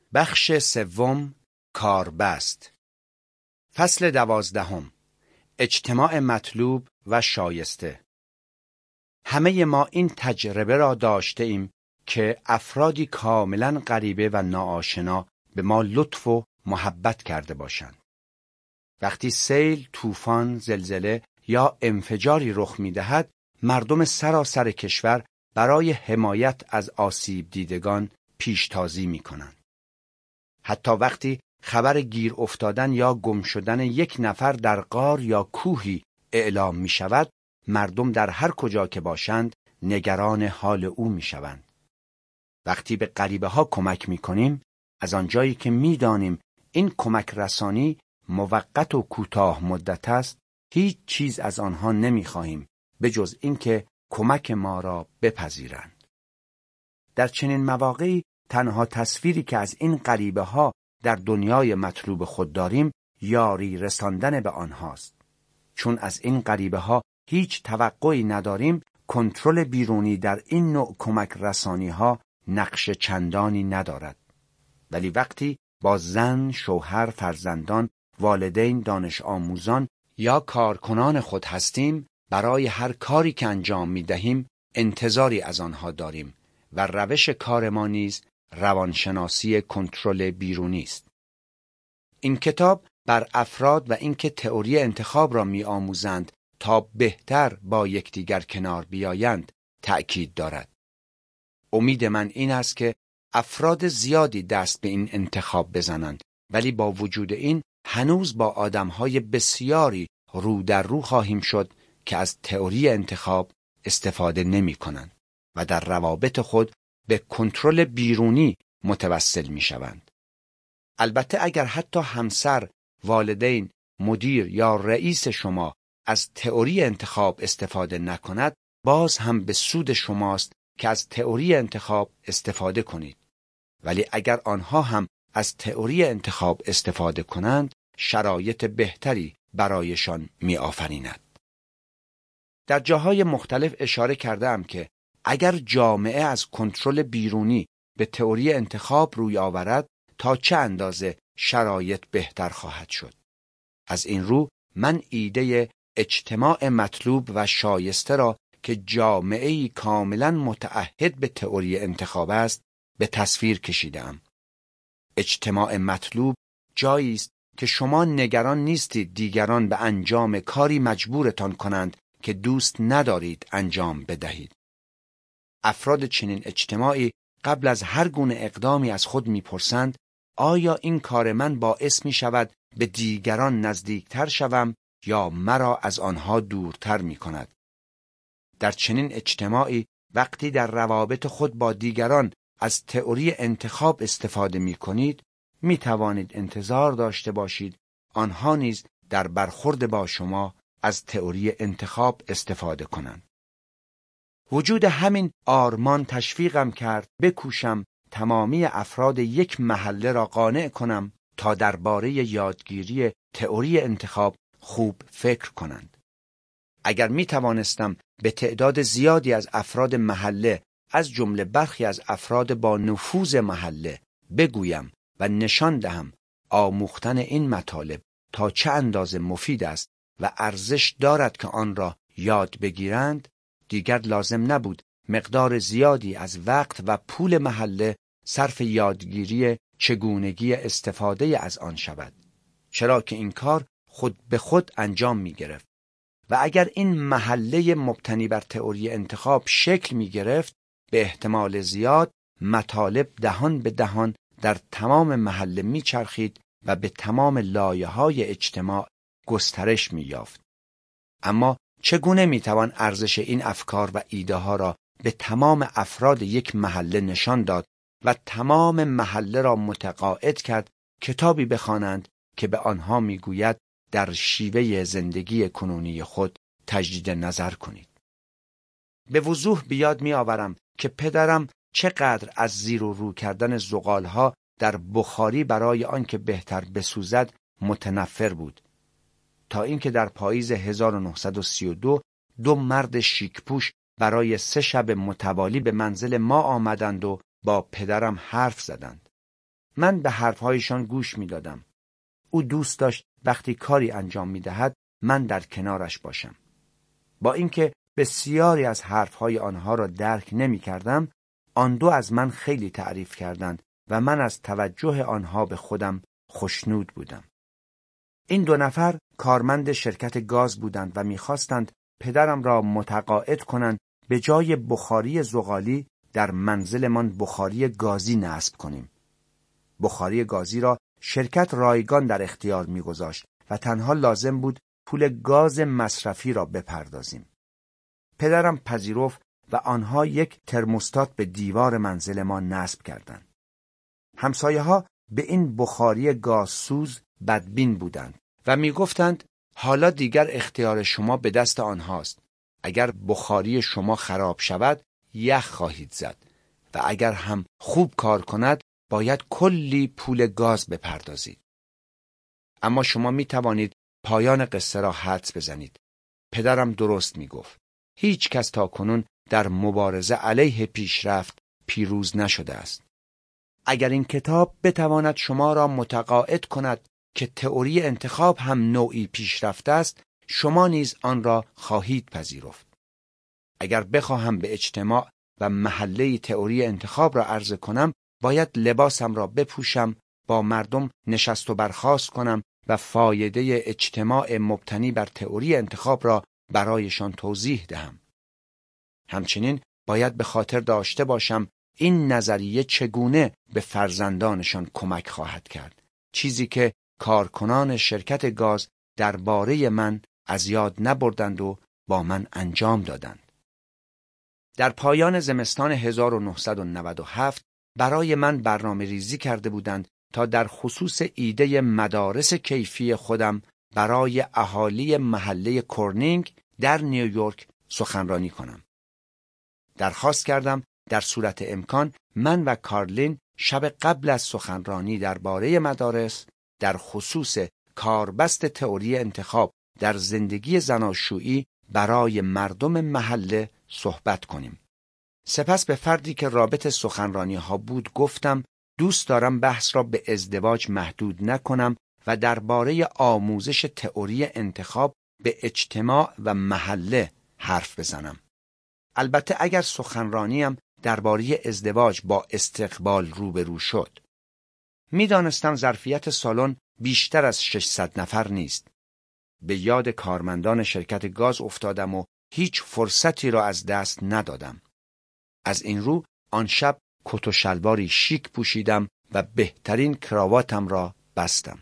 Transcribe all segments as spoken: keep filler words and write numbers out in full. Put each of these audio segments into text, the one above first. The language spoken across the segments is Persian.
بخش سوم، کاربست. فصل دوازدهم، اجتماع مطلوب و شایسته. همه ما این تجربه را داشته ایم که افرادی کاملا غریبه و ناآشنا به ما لطف و محبت کرده باشند. وقتی سیل، طوفان، زلزله یا انفجاری رخ می‌دهد، مردم سراسر کشور برای حمایت از آسیب دیدگان پیشتازی می‌کنند. حتی وقتی خبر گیر افتادن یا گم شدن یک نفر در غار یا کوهی اعلام می شود، مردم در هر کجا که باشند نگران حال او می شوند. وقتی به غریبه ها کمک می کنیم، از آنجایی که می دانیم این کمک رسانی موقت و کوتاه مدت است، هیچ چیز از آنها نمی خواهیم به جز اینکه کمک ما را بپذیرند. در چنین مواقعی تنها تصویری که از این غریبه ها در دنیای مطلوب خود داریم یاری رساندن به آنهاست. چون از این غریبه ها هیچ توقعی نداریم، کنترل بیرونی در این نوع کمک رسانی ها نقش چندانی ندارد. ولی وقتی با زن، شوهر، فرزندان، والدین، دانش آموزان یا کارکنان خود هستیم، برای هر کاری که انجام می دهیم انتظاری از آنها داریم و روش کار ما نیز روانشناسی کنترل بیرونی است. این کتاب بر افراد و اینکه تئوری انتخاب را می‌آموزند تا بهتر با یکدیگر کنار بیایند تأکید دارد. امید من این است که افراد زیادی دست به این انتخاب بزنند، ولی با وجود این هنوز با آدم‌های بسیاری رو در رو خواهیم شد که از تئوری انتخاب استفاده نمی‌کنند و در روابط خود به کنترل بیرونی متوسل می شوند. البته اگر حتی همسر، والدین، مدیر یا رئیس شما از تئوری انتخاب استفاده نکند، باز هم به سود شماست که از تئوری انتخاب استفاده کنید. ولی اگر آنها هم از تئوری انتخاب استفاده کنند، شرایط بهتری برایشان می آفریند. در جاهای مختلف اشاره کردم که اگر جامعه از کنترل بیرونی به تئوری انتخاب روی آورد، تا چه اندازه شرایط بهتر خواهد شد. از این رو من ایده اجتماع مطلوب و شایسته را که جامعه‌ای کاملا متعهد به تئوری انتخاب است به تصویر کشیدم. اجتماع مطلوب جایی است که شما نگران نیستید دیگران به انجام کاری مجبورتان کنند که دوست ندارید انجام بدهید. افراد چنین اجتماعی قبل از هر گونه اقدامی از خود میپرسند آیا این کار من باعث می شود به دیگران نزدیکتر شوم یا مرا از آنها دورتر می کند. در چنین اجتماعی وقتی در روابط خود با دیگران از تئوری انتخاب استفاده می کنید، می توانید انتظار داشته باشید آنها نیز در برخورد با شما از تئوری انتخاب استفاده کنند. وجود همین آرمان تشویقم کرد بکوشم تمامی افراد یک محله را قانع کنم تا درباره یادگیری تئوری انتخاب خوب فکر کنند. اگر می توانستم به تعداد زیادی از افراد محله از جمله برخی از افراد با نفوذ محله بگویم و نشان دهم آموختن این مطالب تا چه اندازه مفید است و ارزش دارد که آن را یاد بگیرند، دیگر لازم نبود مقدار زیادی از وقت و پول محله صرف یادگیری چگونگی استفاده از آن شود، چرا که این کار خود به خود انجام می گرفت. و اگر این محله مبتنی بر تئوری انتخاب شکل می گرفت، به احتمال زیاد مطالب دهان به دهان در تمام محله می چرخید و به تمام لایه‌های اجتماع گسترش می یافت. اما چگونه می توان ارزش این افکار و ایده ها را به تمام افراد یک محله نشان داد و تمام محله را متقاعد کرد کتابی بخوانند که به آنها می گوید در شیوه زندگی کنونی خود تجدید نظر کنید. به وضوح بیاد می آورم که پدرم چقدر از زیر و رو کردن زغالها در بخاری برای آنکه بهتر بسوزد متنفر بود، تا اینکه در پاییز هزار و نهصد و سی و دو دو مرد شیکپوش برای سه شب متوالی به منزل ما آمدند و با پدرم حرف زدند. من به حرفهایشان گوش می دادم. او دوست داشت وقتی کاری انجام می دهد من در کنارش باشم. با اینکه بسیاری از حرفهای آنها را درک نمی کردم، آن دو از من خیلی تعریف کردند و من از توجه آنها به خودم خوشنود بودم. این دو نفر کارمند شرکت گاز بودند و می‌خواستند پدرم را متقاعد کنند به جای بخاری زغالی در منزلمان بخاری گازی نصب کنیم. بخاری گازی را شرکت رایگان در اختیار می‌گذاشت و تنها لازم بود پول گاز مصرفی را بپردازیم. پدرم پذیرفت و آنها یک ترموستات به دیوار منزل ما نصب کردند. همسایه‌ها به این بخاری گازسوز بدبین بودند و می‌گفتند حالا دیگر اختیار شما به دست آنهاست. اگر بخاری شما خراب شود یخ خواهید زد و اگر هم خوب کار کند باید کلی پول گاز بپردازید. اما شما می توانید پایان قصه را حدس بزنید. پدرم درست می گفت. هیچ کس تا کنون در مبارزه علیه پیشرفت پیروز نشده است. اگر این کتاب بتواند شما را متقاعد کند که تئوری انتخاب هم نوعی پیشرفت است، شما نیز آن را خواهید پذیرفت. اگر بخواهم به اجتماع و محله تئوری انتخاب را عرضه کنم، باید لباسم را بپوشم، با مردم نشست و برخاست کنم و فایده اجتماع مبتنی بر تئوری انتخاب را برایشان توضیح دهم. همچنین باید به خاطر داشته باشم این نظریه چگونه به فرزندانشان کمک خواهد کرد، چیزی که کارکنان شرکت گاز درباره من از یاد نبردند و با من انجام دادند. در پایان زمستان هزار و نهصد و نود و هفت برای من برنامه ریزی کرده بودند تا در خصوص ایده مدارس کیفی خودم برای اهالی محله کورنینگ در نیویورک سخنرانی کنم. درخواست کردم در صورت امکان من و کارلین شب قبل از سخنرانی درباره مدارس در خصوص کاربست تئوری انتخاب در زندگی زناشویی برای مردم محله صحبت کنیم. سپس به فردی که رابط سخنرانی ها بود گفتم دوست دارم بحث را به ازدواج محدود نکنم و درباره آموزش تئوری انتخاب به اجتماع و محله حرف بزنم. البته اگر سخنرانیم درباره ازدواج با استقبال روبرو شد. میدانستم ظرفیت سالن بیشتر از ششصد نفر نیست. به یاد کارمندان شرکت گاز افتادم و هیچ فرصتی را از دست ندادم. از این رو آن شب کت و شلواری شیک پوشیدم و بهترین کراواتم را بستم.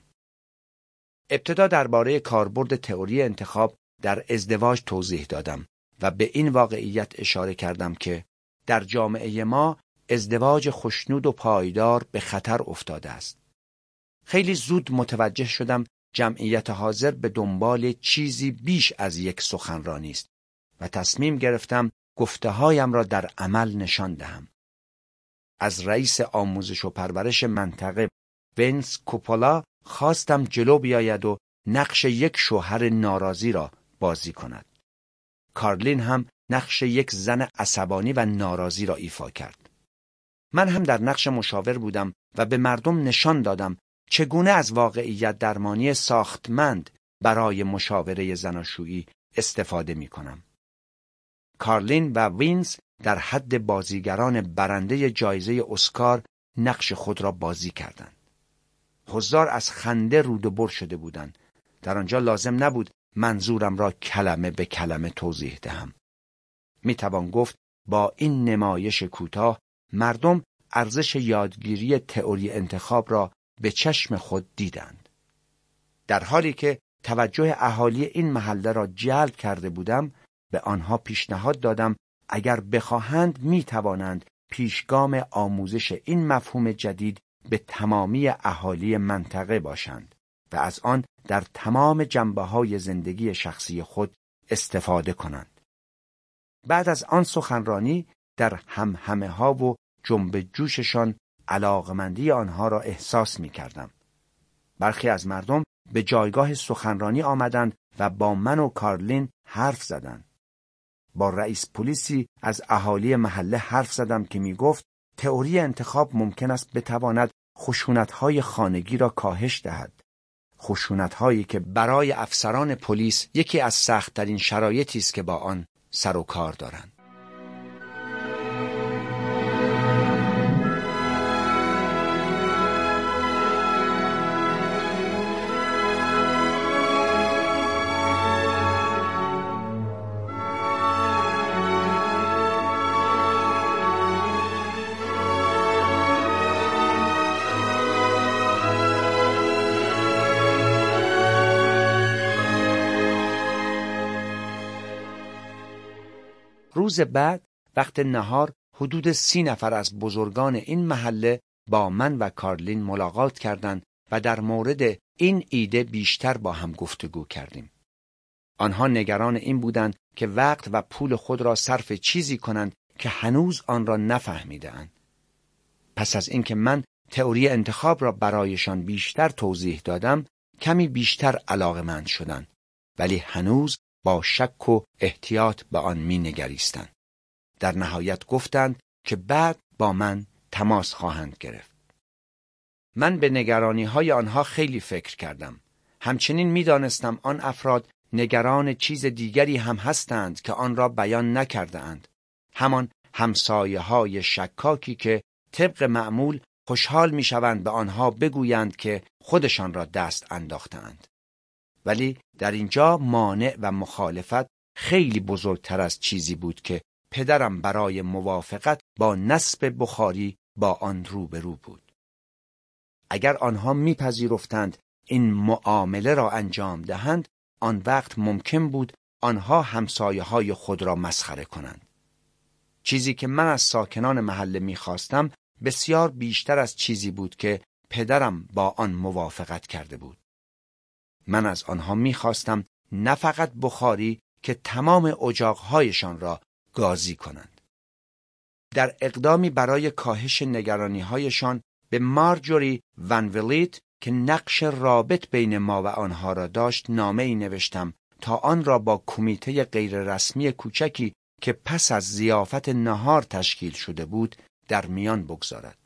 ابتدا درباره کاربرد تئوری انتخاب در ازدواج توضیح دادم و به این واقعیت اشاره کردم که در جامعه ما ازدواج خوشنود و پایدار به خطر افتاده است. خیلی زود متوجه شدم جمعیت حاضر به دنبال چیزی بیش از یک سخنرانی است و تصمیم گرفتم گفته‌هایم را در عمل نشان دهم. از رئیس آموزش و پرورش منطقه وینس کوپولا خواستم جلو بیاید و نقش یک شوهر ناراضی را بازی کند. کارلین هم نقش یک زن عصبانی و ناراضی را ایفا کرد. من هم در نقش مشاور بودم و به مردم نشان دادم چگونه از واقعیت درمانی ساختمند برای مشاوره زناشویی استفاده می کنم. کارلین و وینس در حد بازیگران برنده جایزه اسکار نقش خود را بازی کردند. حضار از خنده رود و بر شده بودند. در آنجا لازم نبود منظورم را کلمه به کلمه توضیح دهم. می توان گفت با این نمایش کوتاه مردم ارزش یادگیری تئوری انتخاب را به چشم خود دیدند. در حالی که توجه اهالی این محله را جلب کرده بودم، به آنها پیشنهاد دادم اگر بخواهند می توانند پیشگام آموزش این مفهوم جدید به تمامی اهالی منطقه باشند و از آن در تمام جنبه‌های زندگی شخصی خود استفاده کنند. بعد از آن سخنرانی در همهمه ها و جنب جوششان علاقمندی آنها را احساس می کردم. برخی از مردم به جایگاه سخنرانی آمدند و با من و کارلین حرف زدند. با رئیس پلیسی از اهالی محله حرف زدم که می گفت تئوری انتخاب ممکن است بتواند خشونت‌های خانگی را کاهش دهد. خشونت‌هایی که برای افسران پلیس یکی از سخت‌ترین شرایطی است که با آن سر و کار دارند. روز بعد وقت نهار حدود سی نفر از بزرگان این محله با من و کارلین ملاقات کردند و در مورد این ایده بیشتر با هم گفتگو کردیم. آنها نگران این بودند که وقت و پول خود را صرف چیزی کنند که هنوز آن را نفهمیدند. پس از اینکه من تئوری انتخاب را برایشان بیشتر توضیح دادم، کمی بیشتر علاقه‌مند شدند، ولی هنوز با شک و احتیاط به آن می نگریستند. در نهایت گفتند که بعد با من تماس خواهند گرفت. من به نگرانی های آنها خیلی فکر کردم. همچنین می دانستم آن افراد نگران چیز دیگری هم هستند که آن را بیان نکرده اند. همان همسایه های شکاکی که طبق معمول خوشحال می شوند به آنها بگویند که خودشان را دست انداختند. ولی در اینجا مانع و مخالفت خیلی بزرگتر از چیزی بود که پدرم برای موافقت با نصب بخاری با آن روبرو بود. اگر آنها میپذیرفتند این معامله را انجام دهند، آن وقت ممکن بود آنها همسایه های خود را مسخره کنند. چیزی که من از ساکنان محله میخواستم بسیار بیشتر از چیزی بود که پدرم با آن موافقت کرده بود. من از آنها میخواستم نه فقط بخاری که تمام اجاقهایشان را گازی کنند. در اقدامی برای کاهش نگرانی‌هایشان به مارجوری ون ولیت که نقش رابط بین ما و آنها را داشت نامه‌ای نوشتم تا آن را با کمیته غیررسمی کوچکی که پس از ضیافت نهار تشکیل شده بود در میان بگذارد.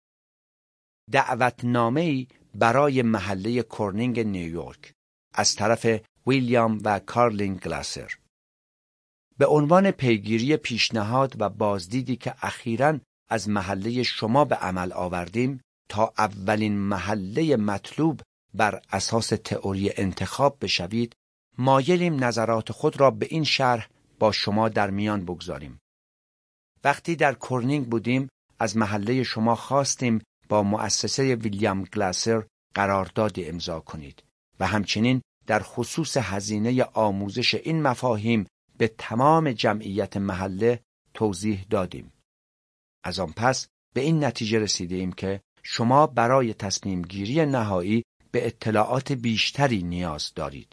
دعوتنامه‌ای برای محله کورنینگ نیویورک از طرف ویلیام و کارلین گلاسر به عنوان پیگیری پیشنهاد و بازدیدی که اخیراً از محله شما به عمل آوردیم تا اولین محله مطلوب بر اساس تئوری انتخاب بشوید، مایلیم نظرات خود را به این شرح با شما در میان بگذاریم. وقتی در کورنینگ بودیم از محله شما خواستیم با مؤسسه ویلیام گلاسر قراردادی امضا کنید و همچنین در خصوص هزینه آموزش این مفاهیم به تمام جمعیت محله توضیح دادیم. از آن پس به این نتیجه رسیدیم که شما برای تصمیم گیری نهایی به اطلاعات بیشتری نیاز دارید.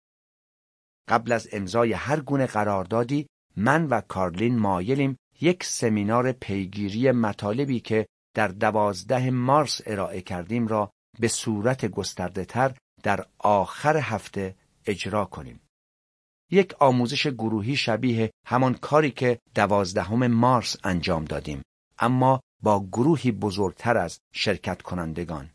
قبل از امضای هر گونه قراردادی من و کارلین مایلیم یک سمینار پیگیری مطالبی که در دوازده مارس ارائه کردیم را به صورت گسترده تر در آخر هفته اجرا کنیم. یک آموزش گروهی شبیه همان کاری که دوازدهم مارس انجام دادیم، اما با گروهی بزرگتر از شرکت کنندگان.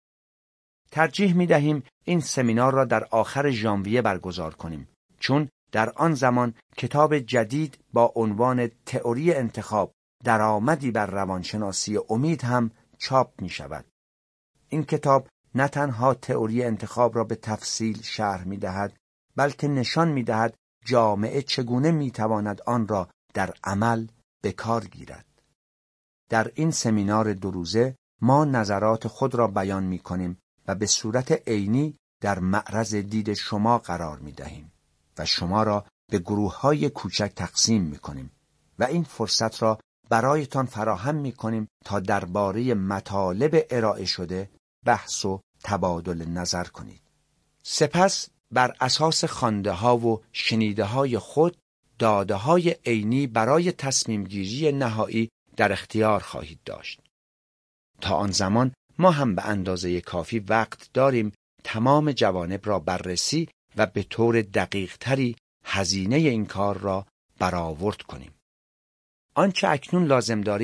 ترجیح می دهیم این سمینار را در آخر ژانویه برگزار کنیم، چون در آن زمان کتاب جدید با عنوان تئوری انتخاب درآمدی بر روانشناسی امید هم چاپ می شود. این کتاب نه تنها تئوری انتخاب را به تفصیل شرح می دهد، بلکه نشان می دهد جامعه چگونه می تواند آن را در عمل به کار گیرد. در این سمینار دو روزه ما نظرات خود را بیان می کنیم و به صورت عینی در معرض دید شما قرار می دهیم و شما را به گروه‌های کوچک تقسیم می کنیم و این فرصت را برایتان فراهم می کنیم تا درباره مطالب ارائه شده بحث و تبادل نظر کنید. سپس بر اساس خوانده ها و شنیده های خود داده های عینی برای تصمیم گیری نهایی در اختیار خواهید داشت. تا آن زمان ما هم به اندازه کافی وقت داریم تمام جوانب را بررسی و به طور دقیق تری هزینه این کار را برآورد کنیم. آنچه اکنون لازم داریم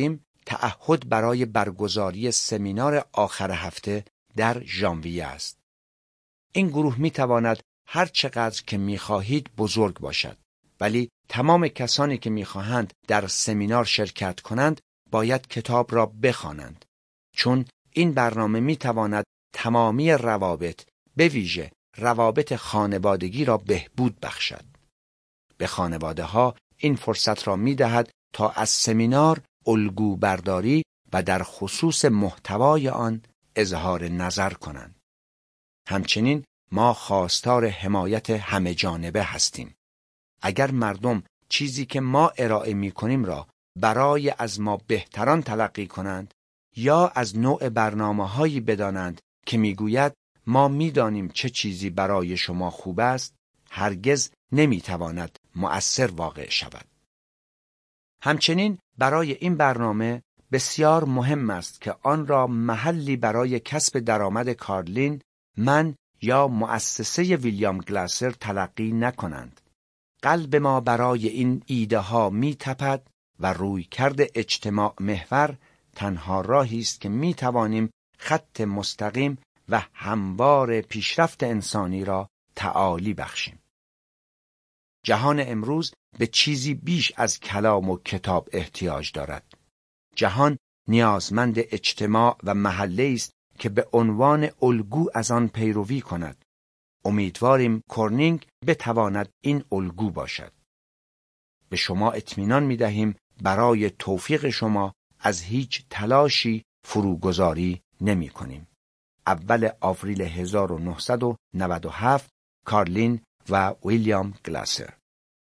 تعهد برای برگزاری سمینار آخر هفته در ژانویه است. این گروه می تواند هر چقدر که می خواهید بزرگ باشد، ولی تمام کسانی که می خواهند در سمینار شرکت کنند باید کتاب را بخوانند، چون این برنامه می تواند تمامی روابط، به ویژه روابط خانوادگی را بهبود بخشد. به خانواده ها این فرصت را می دهد تا از سمینار الگو برداری و در خصوص محتوای آن اظهار نظر کنند. همچنین ما خواستار حمایت همه جانبه هستیم. اگر مردم چیزی که ما ارائه می کنیم را برای از ما بهتران تلقی کنند یا از نوع برنامه هایی بدانند که می گوید ما می دانیم چه چیزی برای شما خوب است، هرگز نمی تواند مؤثر واقع شود. همچنین برای این برنامه بسیار مهم است که آن را محلی برای کسب درآمد کارلین، من یا مؤسسه ویلیام گلاسر تلقی نکنند. قلب ما برای این ایده ها می تپد و رویکرد اجتماع محور تنها راهی است که می توانیم خط مستقیم و هموار پیشرفت انسانی را تعالی بخشیم. جهان امروز به چیزی بیش از کلام و کتاب احتیاج دارد. جهان نیازمند اجتماع و محله است که به عنوان الگو از آن پیروی کند. امیدواریم کورنینگ بتواند این الگو باشد. به شما اطمینان می دهیم برای توفیق شما از هیچ تلاشی فروگذاری نمی کنیم. اول آوریل هزار و نهصد و نود و هفت، کارلین و ویلیام گلاسر.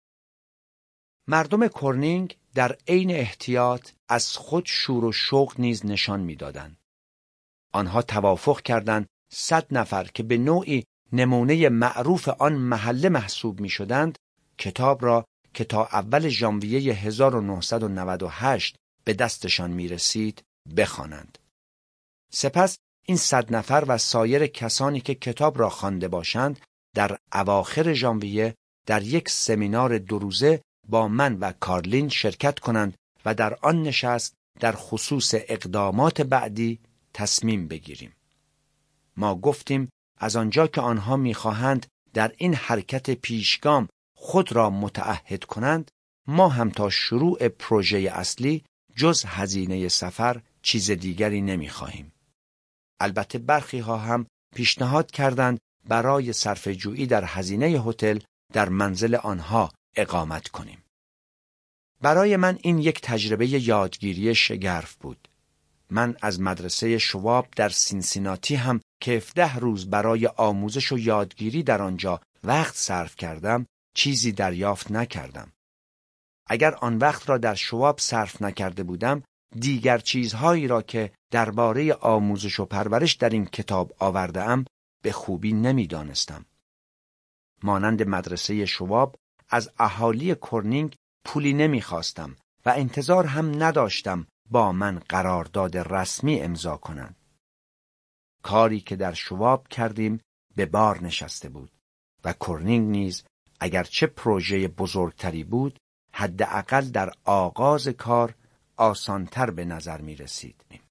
مردم کورنینگ در عین احتیاط از خود شور و شوق نیز نشان می‌دادند. آنها توافق کردند صد نفر که به نوعی نمونه معروف آن محله محسوب می‌شدند، کتاب را که تا اول ژانویه هزار و نهصد و نود و هشت به دستشان می‌رسید بخوانند. سپس این صد نفر و سایر کسانی که کتاب را خوانده باشند در اواخر ژانویه در یک سمینار دو روزه با من و کارلین شرکت کنند و در آن نشست در خصوص اقدامات بعدی تصمیم بگیریم. ما گفتیم از آنجا که آنها می‌خواهند در این حرکت پیشگام خود را متعهد کنند، ما هم تا شروع پروژه اصلی جز هزینه سفر چیز دیگری نمی‌خواهیم. البته برخی ها هم پیشنهاد کردند برای صرفه‌جویی در هزینه هتل در منزل آنها اقامت کنیم. برای من این یک تجربه یادگیری شگرف بود. من از مدرسه شواب در سینسیناتی هم که هفده روز برای آموزش و یادگیری در آنجا وقت صرف کردم، چیزی دریافت نکردم. اگر آن وقت را در شواب صرف نکرده بودم، دیگر چیزهایی را که درباره آموزش و پرورش در این کتاب آورده‌ام به خوبی نمی‌دانستم. مانند مدرسه شواب از اهالی کورنینگ پولی نمی‌خواستم و انتظار هم نداشتم با من قرارداد رسمی امضا کنند. کاری که در شواب کردیم به بار نشسته بود و کورنینگ نیز اگرچه پروژه بزرگتری بود، حداقل در آغاز کار آسانتر به نظر می رسید.